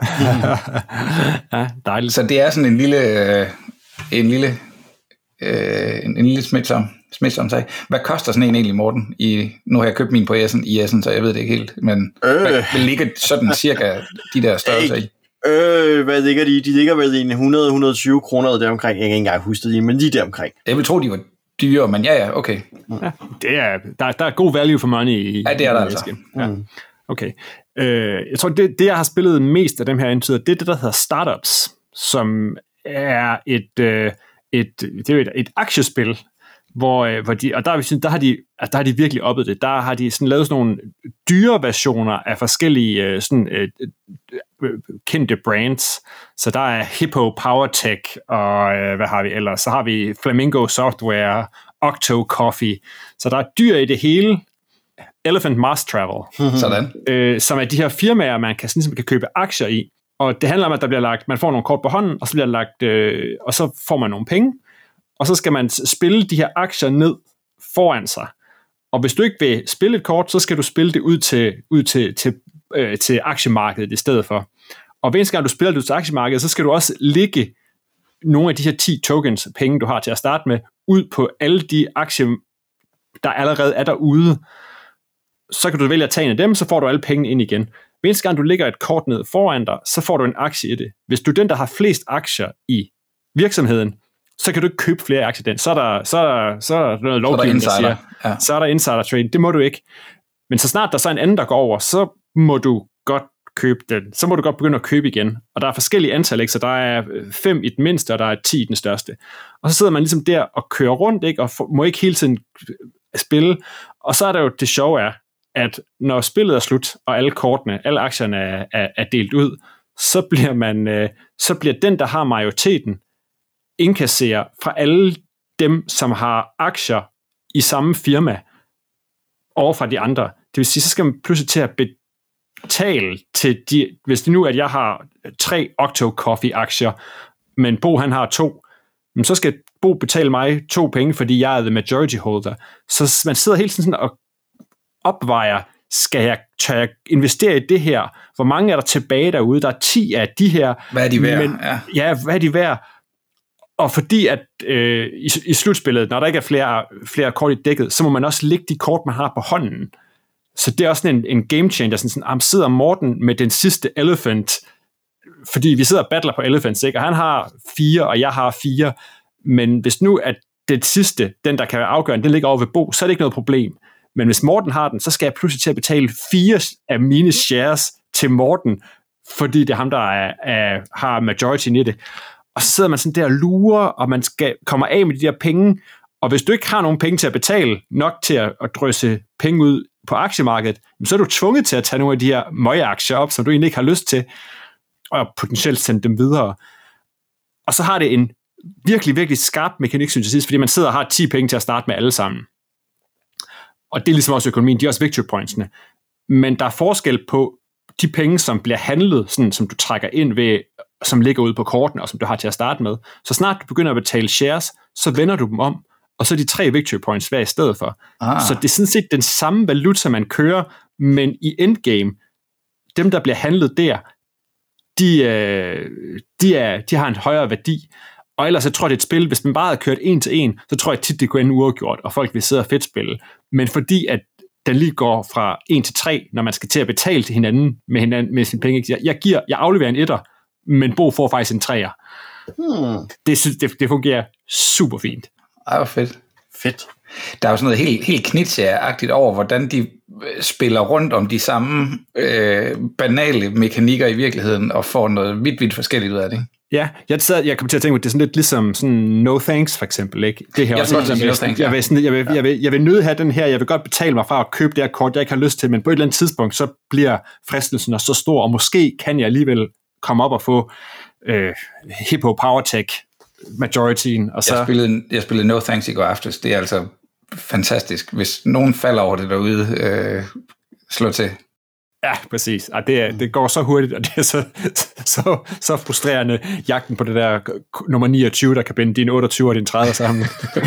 ja, dejligt. så det er sådan en lille, øh, en lille, øh, en, en lille smitsom, smitsom sag. Hvad koster sådan en egentlig, Morten? I, nu har jeg købt min på Essen, i Essen, så jeg ved det ikke helt, men øh. hvad, hvad ligger sådan cirka de der størrelser i? Øh, hvad ligger de? De ligger vel i hundrede til hundrede og tyve kroner deromkring. Jeg kan ikke engang huske det, men lige deromkring. Jeg vil tro, de var dyre, men ja, ja, okay. Ja, det er, der, der er god value for money i. Ja, det er der altså. Ja. Okay. Øh, jeg tror, det, det, jeg har spillet mest af dem her indtil, det er det, der hedder Startups, som er et, øh, et, det er et, et aktiespil, hvor, hvor de, og der, der, har de, der har de virkelig oppet det. Der har de sådan lavet sådan nogle dyre versioner af forskellige sådan, øh, øh, kendte brands. Så der er Hippo PowerTech, og øh, hvad har vi ellers? Så har vi Flamingo Software, Octo Coffee. Så der er dyr i det hele. Elephant Mass Travel. Sådan. Øh, som er de her firmaer, man kan, sådan, kan købe aktier i. Og det handler om, at der bliver lagt, man får nogle kort på hånden, og så bliver lagt, øh, og så får man nogle penge. Og så skal man spille de her aktier ned foran sig. Og hvis du ikke vil spille et kort, så skal du spille det ud til, ud til, til, øh, til aktiemarkedet i stedet for. Og hver eneste gang du spiller det ud til aktiemarkedet, så skal du også lægge nogle af de her ti tokens, penge du har til at starte med, ud på alle de aktier, der allerede er derude. Så kan du vælge at tage en af dem, så får du alle pengene ind igen. Hver eneste gang du lægger et kort ned foran dig, så får du en aktie i det. Hvis du er den, der har flest aktier i virksomheden, så kan du ikke købe flere aktier den. Så er der, så er der, så er der noget lovgivning, der siger, ja. Så er der insider trade. Det må du ikke. Men så snart der så er en anden, der går over, så må du godt købe den. Så må du godt begynde at købe igen. Og der er forskellige antal, ikke? Så der er fem i den mindste, og der er ti i den største. Og så sidder man ligesom der og kører rundt, ikke? Og må ikke hele tiden spille. Og så er der jo det sjove er, at når spillet er slut, og alle kortene, alle aktierne er, er, er delt ud, så bliver man, øh, så bliver den, der har majoriteten, indkasserer fra alle dem, som har aktier i samme firma, over fra de andre. Det vil sige, så skal man pludselig til at betale til de, hvis det nu er, at jeg har tre Octo Coffee aktier, men Bo han har to, så skal Bo betale mig to penge, fordi jeg er the majority holder. Så man sidder hele tiden sådan og opvejer, skal jeg, tør jeg investere i det her? Hvor mange er der tilbage derude? Der er ti af de her. Hvad er de værd? Men, ja. ja, hvad er de værd? Og fordi at øh, i, i slutspillet, når der ikke er flere, flere kort i dækket, så må man også lægge de kort, man har på hånden. Så det er også sådan en, en game changer. Sådan, sådan, han sidder Morten med den sidste elephant, fordi vi sidder og battler på elephants, ikke? Og han har fire, og jeg har fire. Men hvis nu at det sidste, den der kan være afgørende, den ligger over ved Bo, så er det ikke noget problem. Men hvis Morten har den, så skal jeg pludselig til at betale fire af mine shares til Morten, fordi det er ham, der er, er, har majorityen i det. Og så sidder man sådan der og lurer, og man skal komme af med de der penge. Og hvis du ikke har nogen penge til at betale nok til at, at drysse penge ud på aktiemarkedet, så er du tvunget til at tage nogle af de her møgeaktier op, som du egentlig ikke har lyst til, og potentielt sende dem videre. Og så har det en virkelig, virkelig skarp mekanik, synes jeg sidst, fordi man sidder og har ti penge til at starte med alle sammen. Og det er ligesom også økonomien, de er også victory pointsene. Men der er forskel på de penge, som bliver handlet, sådan, som du trækker ind ved, som ligger ude på kortene, og som du har til at starte med. Så snart du begynder at betale shares, så vender du dem om, og så er de tre victory points hver i stedet for. Ah. Så det er sådan set den samme valuta, man kører, men i endgame, dem, der bliver handlet der, de, øh, de, er, de har en højere værdi. Og ellers jeg tror det er et spil, hvis man bare havde kørt en til en, så tror jeg tit, det kunne ende uafgjort, og folk vil sidde og fedt spille. Men fordi at den lige går fra en til tre, når man skal til at betale til hinanden med, hinanden, med sine penge. Jeg, jeg, giver, jeg afleverer en etter, men Bo får faktisk en treer. Hmm. Det, det, det fungerer super fint. Ej, hvor fedt. Fedt. Der er jo sådan noget helt, helt knitsjære-agtigt over, hvordan de spiller rundt om de samme øh, banale mekanikker i virkeligheden, og får noget vidt, vidt forskelligt ud af det. Ja, jeg, sad, jeg kom til at tænke, at det er sådan lidt ligesom sådan no thanks for eksempel, ikke? Det her jeg også, også, jeg, no thanks, jeg, vil, sådan, jeg, vil, jeg, vil, jeg vil nødt have den her, jeg vil godt betale mig fra at købe det her kort, jeg ikke har lyst til, men på et eller andet tidspunkt, så bliver fristelsen så stor, og måske kan jeg alligevel komme op og få øh, Hippo PowerTech majorityen. Og så... jeg, spillede, jeg spillede no thanks i går aftes, det er altså fantastisk. Hvis nogen falder over det derude, øh, slå til. Ja, præcis. Og det, er, det går så hurtigt, og det er så, så, så frustrerende, jagten på det der nummer niogtyve, der kan binde dine otteogtyve og dine tredive sammen. Det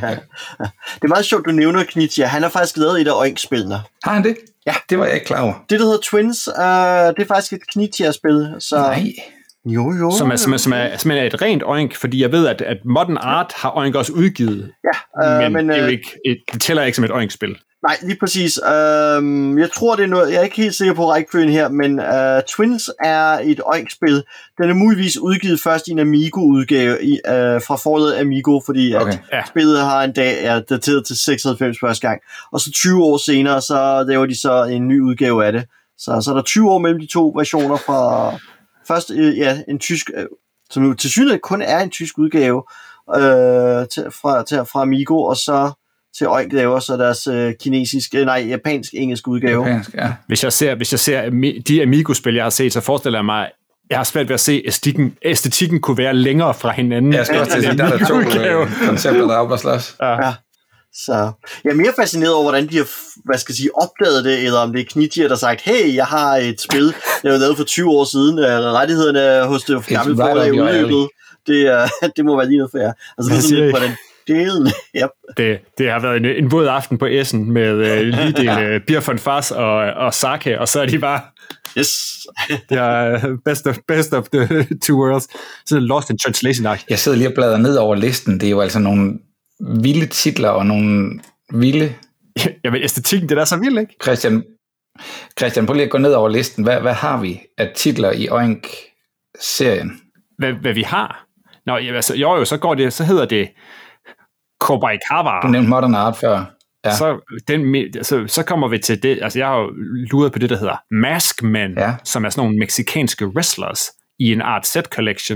er meget sjovt, du nævner Knizia. Han har faktisk lavet et af Oink-spillene. Har han det? Ja. Det var jeg ikke klar over. Det, der hedder Twins, uh, det er faktisk et Knizia-spil. Så... Nej. Jo, jo. Som er, som, er, som, er, som er et rent Oink, fordi jeg ved, at, at Modern Art har Oink også udgivet. Ja, uh, men, men det, er jo uh, ikke, et, det tæller ikke som et Oink-spil. Nej, lige præcis. Uh, jeg tror, det er noget, jeg er ikke helt sikker på rækkefølgen her, men uh, Twins er et Oink-spil. Den er muligvis udgivet først i en Amigo-udgave i, uh, fra forlaget Amigo, fordi okay. at ja. spillet har en dag er dateret til seksoghalvfems første gang. Og så tyve år senere, så laver de så en ny udgave af det. Så, så er der tyve år mellem de to versioner fra først ja, en tysk, som jo til synligheden kun er en tysk udgave øh, til, fra, til, fra Amigo, og så til Oink laver så deres øh, kinesiske, nej, japansk-engelsk udgave. Japansk, ja. Hvis jeg ser, hvis jeg ser de Amigo-spil, jeg har set, så forestiller jeg mig, jeg har svært ved at se, at æstetikken, æstetikken kunne være længere fra hinanden. Jeg skal også til at sige, der er der to øh, koncepter, der er op og slås. Ja. Ja. Så jeg er mere fascineret over, hvordan de har, hvad skal jeg sige, opdaget det, eller om det er Knizia, der har sagt, hey, jeg har et spil, jeg har lavet for tyve år siden, rettighederne hos det gamle forlag er udløbet. Det, det må være lige noget for jer. Altså, det er sådan lidt på den delen. Yep. Det, det har været en, en våd aften på Essen med uh, lige del uh, Bier von Fass og, og sake, og så er de bare yes. det er best of, best of the two worlds. Så lost in translation. Jeg sidder lige og bladrer ned over listen. Det er jo altså nogle vilde titler og nogle vilde... Jamen, æstetikken, det er så vildt, ikke? Christian, Christian, prøv lige at gå ned over listen. Hvad, hvad har vi af titler i Oink-serien? Hvad, hvad vi har? Nå, altså, jo, jo, så går det, så hedder det Kobaikawa. Du nævnte Modern Art før. Ja. Så, den, altså, så kommer vi til det, altså jeg har jo luret på det, der hedder Maskmen, ja. Som er sådan nogle mexikanske wrestlers i en art set collection.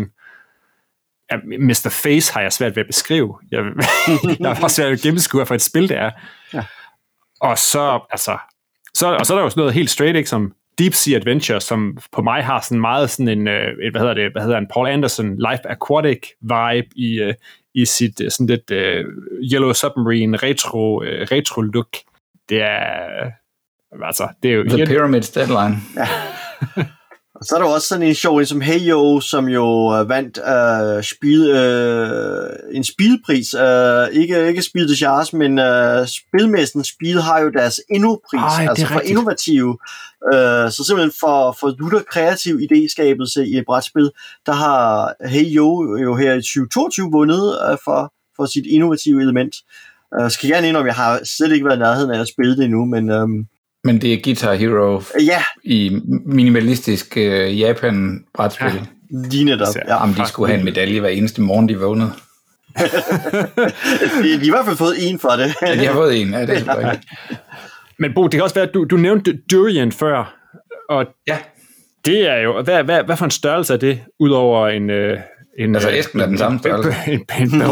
mister Face har jeg svært ved at beskrive. Jeg, jeg har også svært ved at gennemskue, for et spil det er. Ja. Og så, altså, så, og så er der jo sådan noget helt straight, ikke, som Deep Sea Adventure, som på mig har sådan meget sådan en, et, hvad hedder det, hvad hedder en Paul Anderson Life Aquatic vibe i, i sit sådan lidt uh, Yellow Submarine retro, uh, retro look. Det er, altså, det er jo... The Pyramids Deadline. Ja. Og så er der også sådan en sjov en som Hey Yo, som jo uh, vandt uh, spil, uh, en spilpris. Uh, ikke, ikke Spil de Charge, men uh, Spilmessen Spil har jo deres Inno-pris, altså for rigtigt. Innovative. Uh, så simpelthen for, for lutter kreativ idéskabelse i et brætspil, der har Hey Yo jo her i tyve toogtyve vundet uh, for, for sit innovative element. Uh, skal gerne indrømme, jeg har slet ikke været i nærheden af at spille det endnu, men... Um, Men det er Guitar Hero ja. I minimalistisk uh, Japan-brætspil. Ja. Lige netop. Ja. Om de skulle have en medalje hver eneste morgen, de vågnede. de, de har i hvert fald fået en for det. Ja, de har fået en, ja, det er ja. Men Bo, det kan også være, at du, du nævnte Durian før, og ja. Det er jo, hvad, hvad, hvad for en størrelse er det, udover en... Øh, en altså æsken er den samme størrelse. En, en, en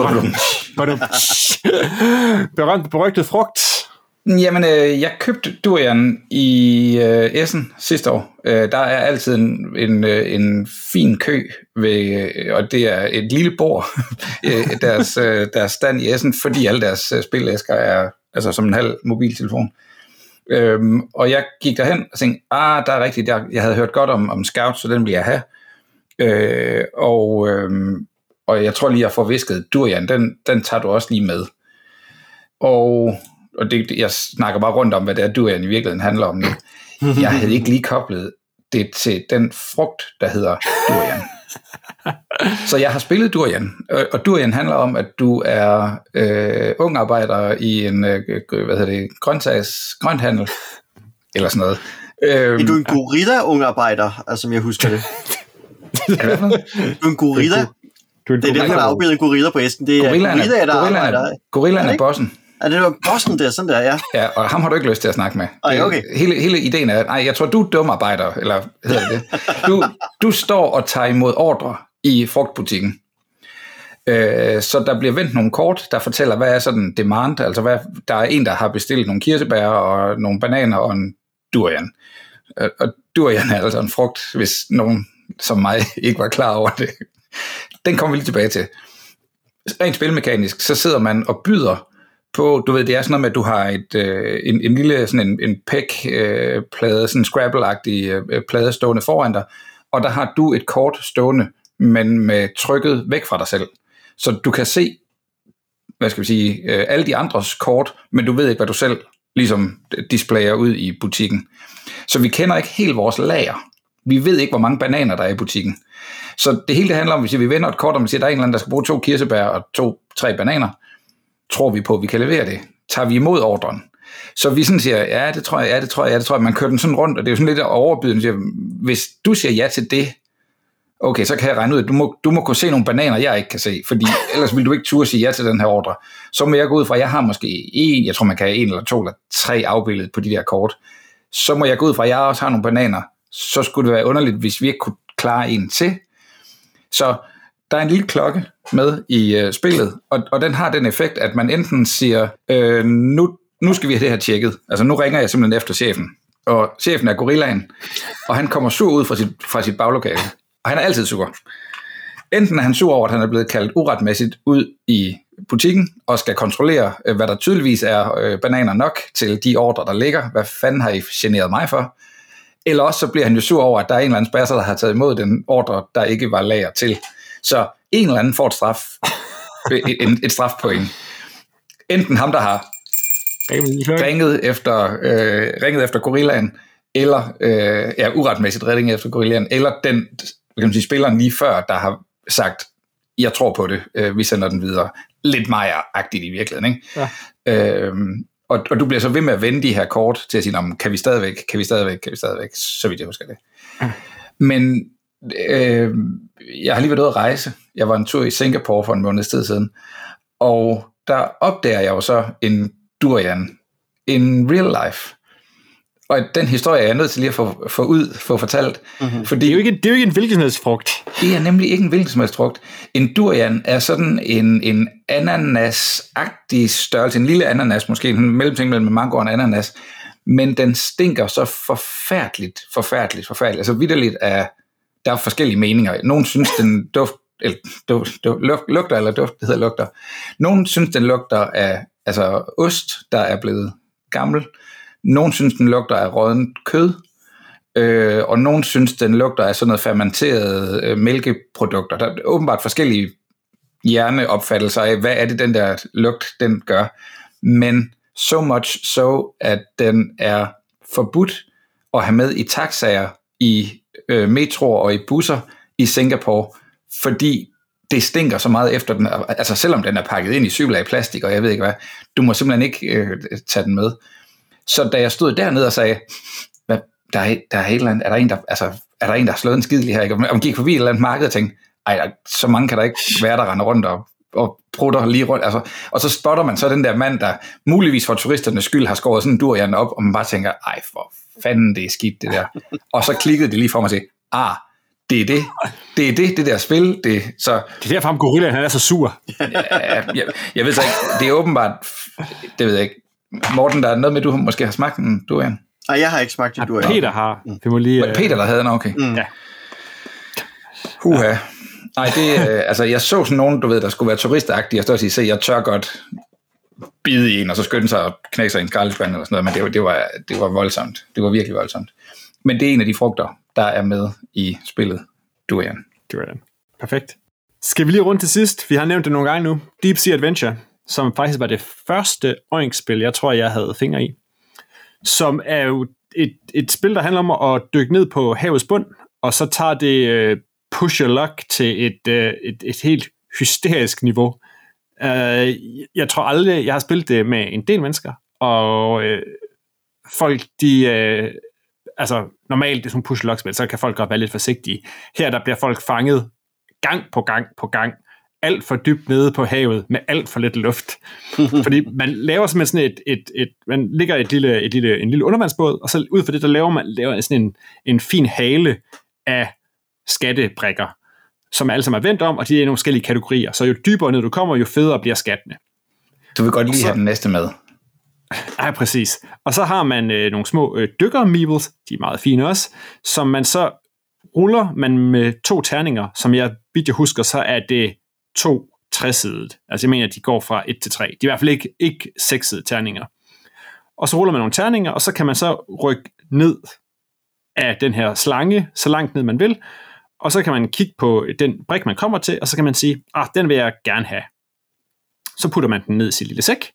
berømt berygtet frugt. Jamen, øh, jeg købte durian i øh, Essen sidste år. Øh, der er altid en, en, en fin kø, ved, og det er et lille bord, deres, øh, deres stand i Essen, fordi alle deres øh, spilæsker er altså som en halv mobiltelefon. Øhm, og jeg gik derhen og tænkte, ah, der er rigtigt, jeg, jeg havde hørt godt om, om Scout, så den vil jeg have. Øh, og, øh, og jeg tror lige, jeg får visket, durian, den, den tager du også lige med. Og... og det, jeg snakker bare rundt om, hvad det er, durian i virkeligheden handler om nu. Jeg havde ikke lige koblet det til den frugt, der hedder durian. Så jeg har spillet durian, og durian handler om, at du er øh, ung arbejder i en øh, hvad hedder det, grøntsags, grønthandel, eller sådan noget. Øhm, er du en gorilla-ung arbejder, altså, som jeg husker det? Er du Du er en gorilla? Du er en det er derfor, der er afbildet en gorilla på æsken. Det er gorillaen, gorilla, der gorillaen, arbejder. Gorillaen er bossen. Ja, det var bossen der, sådan der, ja. Ja, og ham har du ikke lyst til at snakke med. Ej, okay. Hele, hele ideen er, nej, jeg tror, du er dum arbejder, eller hedder det det. Du, du står og tager imod ordre i frugtbutikken. Øh, så der bliver vendt nogle kort, der fortæller, hvad er sådan demand, altså hvad, der er en, der har bestilt nogle kirsebær og nogle bananer og en durian. Øh, og durian er altså en frugt, hvis nogen som mig ikke var klar over det. Den kommer vi lige tilbage til. Rent spilmekanisk, så sidder man og byder på, du ved, det er sådan noget med, at du har et, øh, en, en lille sådan en, en pæk-plade, øh, sådan en Scrabble-agtig øh, plade stående foran dig, og der har du et kort stående, men med trykket væk fra dig selv. Så du kan se, hvad skal vi sige, øh, alle de andres kort, men du ved ikke, hvad du selv ligesom displayer ud i butikken. Så vi kender ikke helt vores lager. Vi ved ikke, hvor mange bananer der er i butikken. Så det hele det handler om, hvis vi vender et kort, og vi siger, der er en eller anden, der skal bruge to kirsebær og to, tre bananer, tror vi på, at vi kan levere det. Tager vi imod ordren. Så vi sådan siger, ja, det tror jeg, ja, det tror jeg, ja, det tror jeg. Man kører den sådan rundt, og det er jo sådan lidt overbydende. Hvis du siger ja til det, okay, så kan jeg regne ud, at du må, du må kunne se nogle bananer, jeg ikke kan se, fordi ellers vil du ikke turde sige ja til den her ordre. Så må jeg gå ud fra, at jeg har måske en, jeg tror man kan have en eller to eller tre afbilledet på de der kort. Så må jeg gå ud fra, at jeg også har nogle bananer. Så skulle det være underligt, hvis vi ikke kunne klare en til. Så der er en lille klokke med i øh, spillet, og, og den har den effekt, at man enten siger, øh, nu, nu skal vi have det her tjekket. Altså nu ringer jeg simpelthen efter chefen, og chefen er gorillaen, og han kommer sur ud fra sit, fra sit baglokale, og han er altid sur. Enten er han sur over, at han er blevet kaldt uretmæssigt ud i butikken, og skal kontrollere, øh, hvad der tydeligvis er øh, bananer nok til de ordre, der ligger. Hvad fanden har I generet mig for? Eller også så bliver han jo sur over, at der er en eller anden spasser, der har taget imod den ordre, der ikke var lager til. Så en eller anden får et straf, et, et strafpoint. Enten ham, der har ringet efter, øh, ringet efter gorillaen, eller øh, ja, uretmæssigt ringet efter gorillaen, eller den, kan man sige, spilleren lige før, der har sagt, jeg tror på det, øh, vi sender den videre. Lidt Maja-agtigt i virkeligheden, ikke? Ja. Øhm, og, og du bliver så ved med at vende de her kort til at sige, kan vi stadigvæk, kan vi stadigvæk, kan vi stadigvæk, så vidt jeg husker det. Ja. Men øh, jeg har lige været ude at rejse. Jeg var en tur i Singapore for en måned tid siden, og der opdager jeg jo så en durian in real life. Og den historie er jeg nødt til lige at få, få ud, få fortalt. Mm-hmm. Fordi det er jo ikke, det er jo ikke en hvilkensomhedsfrugt. Det er nemlig ikke en hvilkensomhedsfrugt. En durian er sådan en, en ananas-agtig størrelse, en lille ananas, måske en mellemting mellem mango og en ananas, men den stinker så forfærdeligt, forfærdeligt, forfærdeligt. Altså vitterligt er, der er forskellige meninger. Nogen synes, den duft, eller, duft, duft, lugter, eller duft, det hedder lugter. Nogen synes, den lugter af altså, ost, der er blevet gammel. Nogen synes, den lugter af rådent kød, øh, og nogen synes, den lugter af sådan noget fermenterede øh, mælkeprodukter. Der er åbenbart forskellige hjerneopfattelser af, hvad er det, den der lugt, den gør. Men so much so, at den er forbudt at have med i taxaer, i øh, metroer og i busser i Singapore, fordi det stinker så meget efter den, altså selvom den er pakket ind i cybelag plastik, og jeg ved ikke hvad, du må simpelthen ikke øh, tage den med. Så da jeg stod dernede og sagde, hvad, der, er, der er et eller andet, er der en, der, altså, er der en, der har slået en skid lige her, ikke? Og gik forbi et eller andet marked og tænkte, ej, der, så mange kan der ikke være, der render rundt og, og prutter lige rundt. Altså, og så spotter man så den der mand, der muligvis for turisternes skyld har skåret sådan en durian op, og man bare tænker, ej, for fanden, det er skidt, det der. Og så klikkede det lige for mig og sagde, ah, det er det, det er det, det der spil. Det, så, det er derfor, ham gorillaen, han er så sur. ja, jeg, jeg ved så ikke, det er åbenbart, det ved jeg ikke. Morten, der er noget med, du måske har smagt en durian? Nej, jeg har ikke smagt en durian. Peter har. Vi må lige, Var det Peter, der havde den? Okay. Mm. Ja. Huha. Nej, det, øh, altså, jeg så sådan nogen, du ved, der skulle være turistagtige, og stå og sige, se, jeg tør godt bide i en, og så skyndte sig og knække sig i en skraldespand eller sådan noget, men det, det, var, det var voldsomt. Det var virkelig voldsomt. Men det er en af de frugter, der er med i spillet durian. Durian. Perfekt. Skal vi lige rundt til sidst? Vi har nævnt det nogle gange nu. Deep Sea Adventure, som faktisk var det første Oink-spil, jeg tror, jeg havde fingre i. Som er jo et, et spil, der handler om at dykke ned på havets bund, og så tager det uh, push your luck til et, uh, et, et helt hysterisk niveau. Uh, jeg tror aldrig, jeg har spillet det med en del mennesker, og uh, folk, de... Uh, altså, normalt det er sådan push your luck spil, så kan folk godt være lidt forsigtige. Her, der bliver folk fanget gang på gang på gang, alt for dybt nede på havet, med alt for lidt luft. Fordi man laver simpelthen sådan et, et, et man ligger et lille, et lille, en lille undervandsbåd, og så ud fra det, der laver man laver sådan en, en fin hale af skattebrikker, som alle sammen er vendt om, og de er i nogle forskellige kategorier. Så jo dybere ned du kommer, jo federe bliver skattene. Du vil godt lige så, have den næste med. Ja, præcis. Og så har man øh, nogle små øh, dykker-meebles, de er meget fine også, som man så ruller man med to terninger, som jeg vidt jeg husker, så er det to tresidet. Altså jeg mener, at de går fra et til tre. De er i hvert fald ikke, ikke sekssidede terninger. Og så ruller man nogle terninger, og så kan man så rykke ned af den her slange, så langt ned man vil, og så kan man kigge på den brik, man kommer til, og så kan man sige, ah, den vil jeg gerne have. Så putter man den ned i sin lille sæk.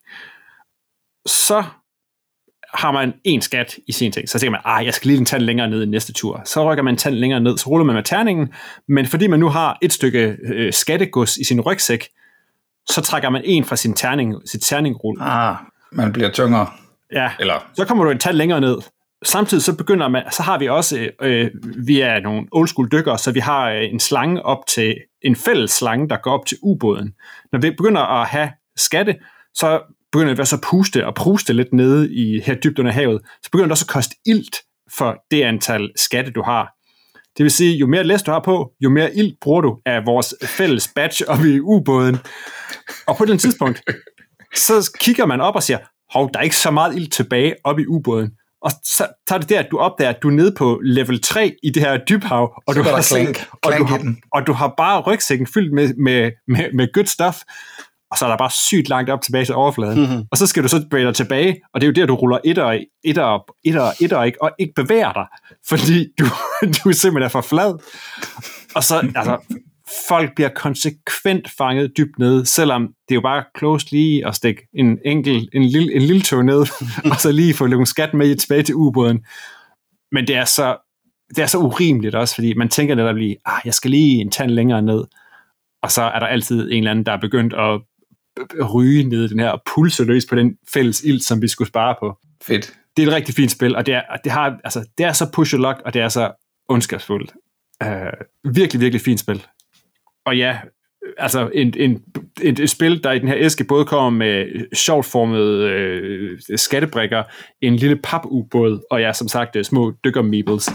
Så har man en skat i sin ting. Så tænker man, ah, jeg skal lige en tand længere ned i næste tur. Så rykker man en tand længere ned, så ruller man med terningen, men fordi man nu har et stykke øh, skattegods i sin rygsæk, så trækker man en fra sin terning, sit terningrull. Ah, man bliver tungere. Ja, Eller... så kommer du en tand længere ned. Samtidig så begynder man, så har vi også, øh, vi er nogle old school dykkere, så vi har øh, en slange op til, en fælles slange, der går op til ubåden. Når vi begynder at have skatte, så begynder det så puste og pruste lidt nede i her dybt under havet, så begynder det også at koste ilt for det antal skatte, du har. Det vil sige, jo mere læs du har på, jo mere ilt bruger du af vores fælles badge oppe i ubåden. Og på den tidspunkt, så kigger man op og siger, hov, der er ikke så meget ilt tilbage oppe i ubåden. Og så tager det der, at du opdager, at du er nede på level tre i det her dybhav, og, du har, klink, og, du klink har, og du har bare rygsækken fyldt med, med, med, med good stuff, og så er der bare sygt langt op tilbage til overfladen. Mm-hmm. Og så skal du så bevæge dig tilbage, og det er jo der, du ruller etter, etter, etter, etter, ikke, og ikke bevæger dig, fordi du, du simpelthen er for flad. Og så, altså, folk bliver konsekvent fanget dybt ned, selvom det er jo bare close lige at stikke en enkel, en lille, en lille tog ned, og så lige få nogle skat med tilbage til ubåden. Men det er så, det er så urimeligt også, fordi man tænker netop lige, ah, jeg skal lige en tand længere ned, og så er der altid en eller anden, der er begyndt at ryge ned i den her, og pulse løs på den fælles ild, som vi skulle spare på. Fedt. Det er et rigtig fint spil, og det er, det har, altså, det er så push-a-luck, og det er så ondskabsfuldt. Uh, virkelig, virkelig fint spil. Og ja, altså en, en, et, et spil, der i den her æske både kommer med sjovt formede øh, skattebrikker, en lille papubåd, og ja, som sagt, små dykker-meebles.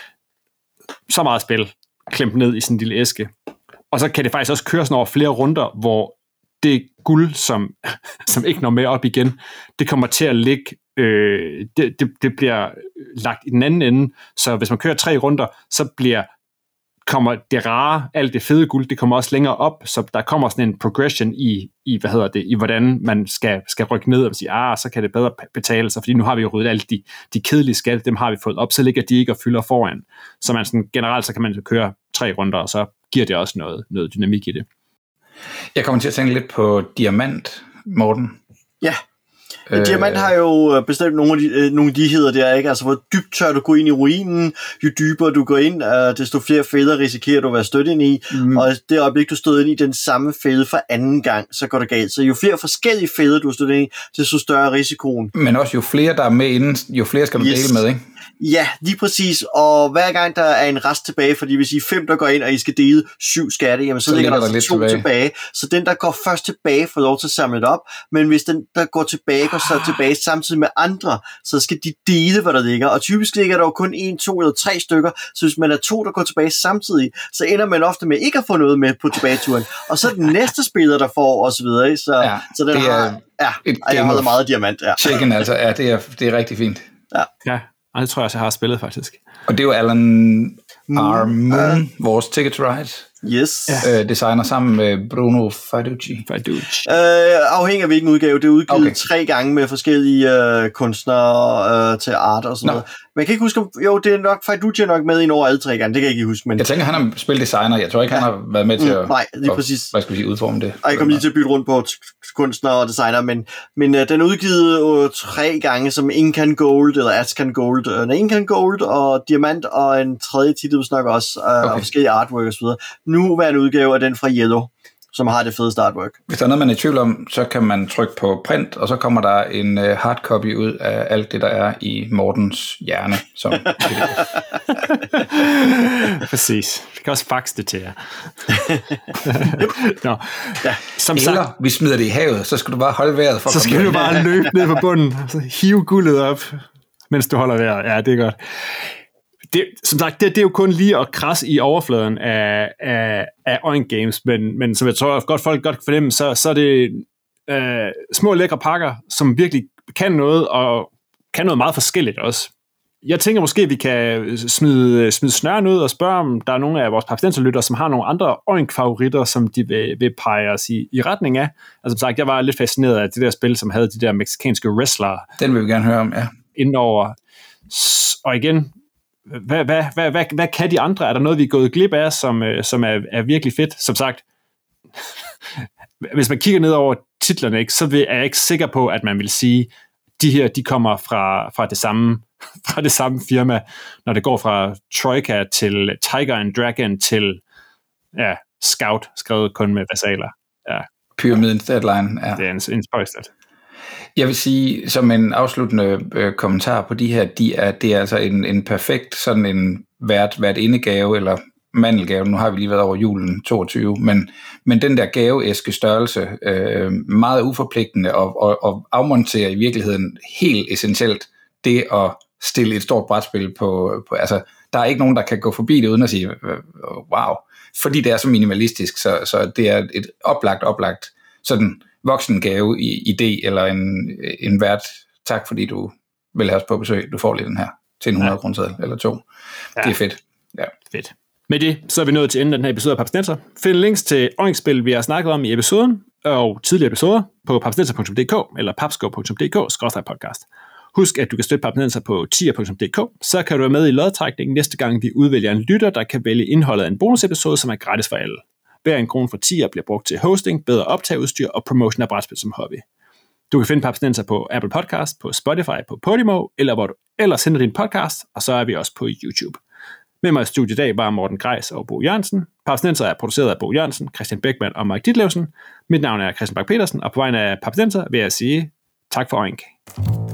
Så meget spil, klemt ned i sådan en lille æske. Og så kan det faktisk også køre sådan over flere runder, hvor det guld, som, som ikke når med op igen, det kommer til at ligge, øh, det, det, det bliver lagt i den anden ende, så hvis man kører tre runder, så bliver kommer det rare, alt det fede guld, det kommer også længere op, så der kommer sådan en progression i, i hvad hedder det, i hvordan man skal, skal rykke ned og sige, ah, så kan det bedre betale sig, fordi nu har vi jo ryddet alle de, de kedelige skatte, dem har vi fået op, så ligger de ikke og fylder foran. Så man sådan, generelt så kan man køre tre runder, og så giver det også noget, noget dynamik i det. Jeg kommer til at tænke lidt på Diamant, Morten. Ja. Øh, Diamant har jo bestemt nogle af, de, øh, nogle af de hedder der, ikke? Altså, hvor dybt tør du gå ind i ruinen, jo dybere du går ind, øh, desto flere fælder risikerer du at være stødt ind i, mm. og det øjeblik, du stod ind i den samme fælde for anden gang, så går det galt. Så jo flere forskellige fælder, du har stået ind i, desto større risikoen. Men også jo flere, der er med inden, jo flere skal du yes. dele med, ikke? Ja, lige præcis. Og hver gang der er en rest tilbage, fordi hvis I er fem, der går ind, og I skal dele syv skatte, jamen så, så ligger der, der altså to tilbage. tilbage. Så den, der går først tilbage, får lov til at samle det op. Men hvis den, der går tilbage, går så ah. tilbage samtidig med andre, så skal de dele, hvad der ligger. Og typisk ligger der jo kun en, to eller tre stykker. Så hvis man er to, der går tilbage samtidig, så ender man ofte med ikke at få noget med på tilbageturen. Og så er den næste spiller, der får, og så videre. Så, ja, så den har... Ja, jeg holder meget Diamant. Ja. Chicken, altså. Ja, det er, det er rigtig fint. Ja. Ja. Og det tror jeg også, jeg har spillet, faktisk. Og det er jo Alan R. Moon, uh, vores Ticket to Ride. Yes. Øh, designer sammen med Bruno Faiducci. Faiducci. Øh, afhængig af hvilken udgave. Det er udgivet okay. tre gange med forskellige øh, kunstnere øh, til art og sådan no. noget. Men jeg kan ikke huske, om, jo, det er nok, Faiducci er nok med ind over alle tre gange. Det kan jeg ikke huske. Men... Jeg tænker, han er spildesigner. Jeg tror ikke, ja. han har været med til at, mm, nej, lige at, præcis. Hvad skal vi sige, udforme det. Og jeg kom lige til at bytte rundt på kunstnere og designer, men, men øh, den er udgivet øh, tre gange som Incan Gold, eller Azcan Gold. Øh, Incan Gold og Diamant, og en tredje titel, vi snakker også, øh, okay. og forskellige artwork og så videre. Nu var en udgave af den fra Yellow, som har det fedeste artwork. Hvis der er noget, man er i tvivl om, så kan man trykke på print, og så kommer der en uh, hardcopy ud af alt det, der er i Mortens hjerne. Som Præcis. Vi kan også faxe det til jer. Nå. Ja, som Eller sagt, vi smider det i havet, så skal du bare holde vejret. For så skal du bare løbe ned på bunden, og så hive guldet op, mens du holder vejret. Ja, det er godt. Det, som sagt, det, det er jo kun lige at krasse i overfladen af, af, af Oink Games, men, men som jeg tror godt folk godt kan fornemme, så, så er det øh, små lækre pakker, som virkelig kan noget, og kan noget meget forskelligt også. jeg tænker måske, at vi kan smide, smide snøren ud og spørge, om der er nogle af vores papstenserlyttere, som har nogle andre oink-favoritter, som de vil, vil pege os i, i retning af. Altså som sagt, jeg var lidt fascineret af det der spil, som havde de der mexikanske wrestlere. Den vil vi gerne høre om, ja. Indenover. Og igen, hvad, hvad, hvad, hvad, hvad kan de andre? Er der noget, vi er gået glip af, som, som er, er virkelig fedt? Som sagt, hvis man kigger ned over titlerne, ikke, så er jeg ikke sikker på, at man vil sige, de her, de kommer fra, fra, det samme, fra det samme firma, når det går fra Troika til Tiger and Dragon til ja, Scout, skrevet kun med versaler. Ja. Pyramidens Deadline. Ja. Det er en, en spøjstat. Jeg vil sige, som en afsluttende øh, kommentar på de her, de er, det er altså en, en perfekt sådan en vært, vært indegave, eller mandelgave, nu har vi lige været over julen toogtyve, men, men den der gaveæske størrelse, øh, meget uforpligtende, og, og, og afmonterer i virkeligheden helt essentielt det at stille et stort brætspil på, på, altså der er ikke nogen, der kan gå forbi det uden at sige, wow, fordi det er så minimalistisk, så, så det er et oplagt, oplagt sådan voksengave i idé, eller en, en vært, tak fordi du vil have os på besøg, du får lige den her til en hundrede kroner seddel eller to. Ja. Det er fedt. Ja. Fedt. Med det, så er vi nået til enden af den her episode af Papsnenser. Find links til Oink-spil, vi har snakket om i episoden, og tidligere episoder på papsnenser punktum d k eller papsko punktum d k skråstreg podcast. Husk, at du kan støtte Papsnenser på tier punktum d k, så kan du være med i lodtrækningen næste gang, vi udvælger en lytter, der kan vælge indholdet af en bonusepisode, som er gratis for alle. Hver en krone for tier bliver brugt til hosting, bedre optageudstyr og promotion af brætspil som hobby. Du kan finde Papsnenser på Apple Podcast, på Spotify, på Podimo, eller hvor du ellers sender din podcast, og så er vi også på YouTube. Med mig i studiet i dag var Morten Greis og Bo Jørgensen. Papsnenser er produceret af Bo Jørgensen, Christian Beckmann og Mike Ditlevsen. Mit navn er Christian Bak Petersen, og på vegne af Papsnenser vil jeg sige tak for Oink.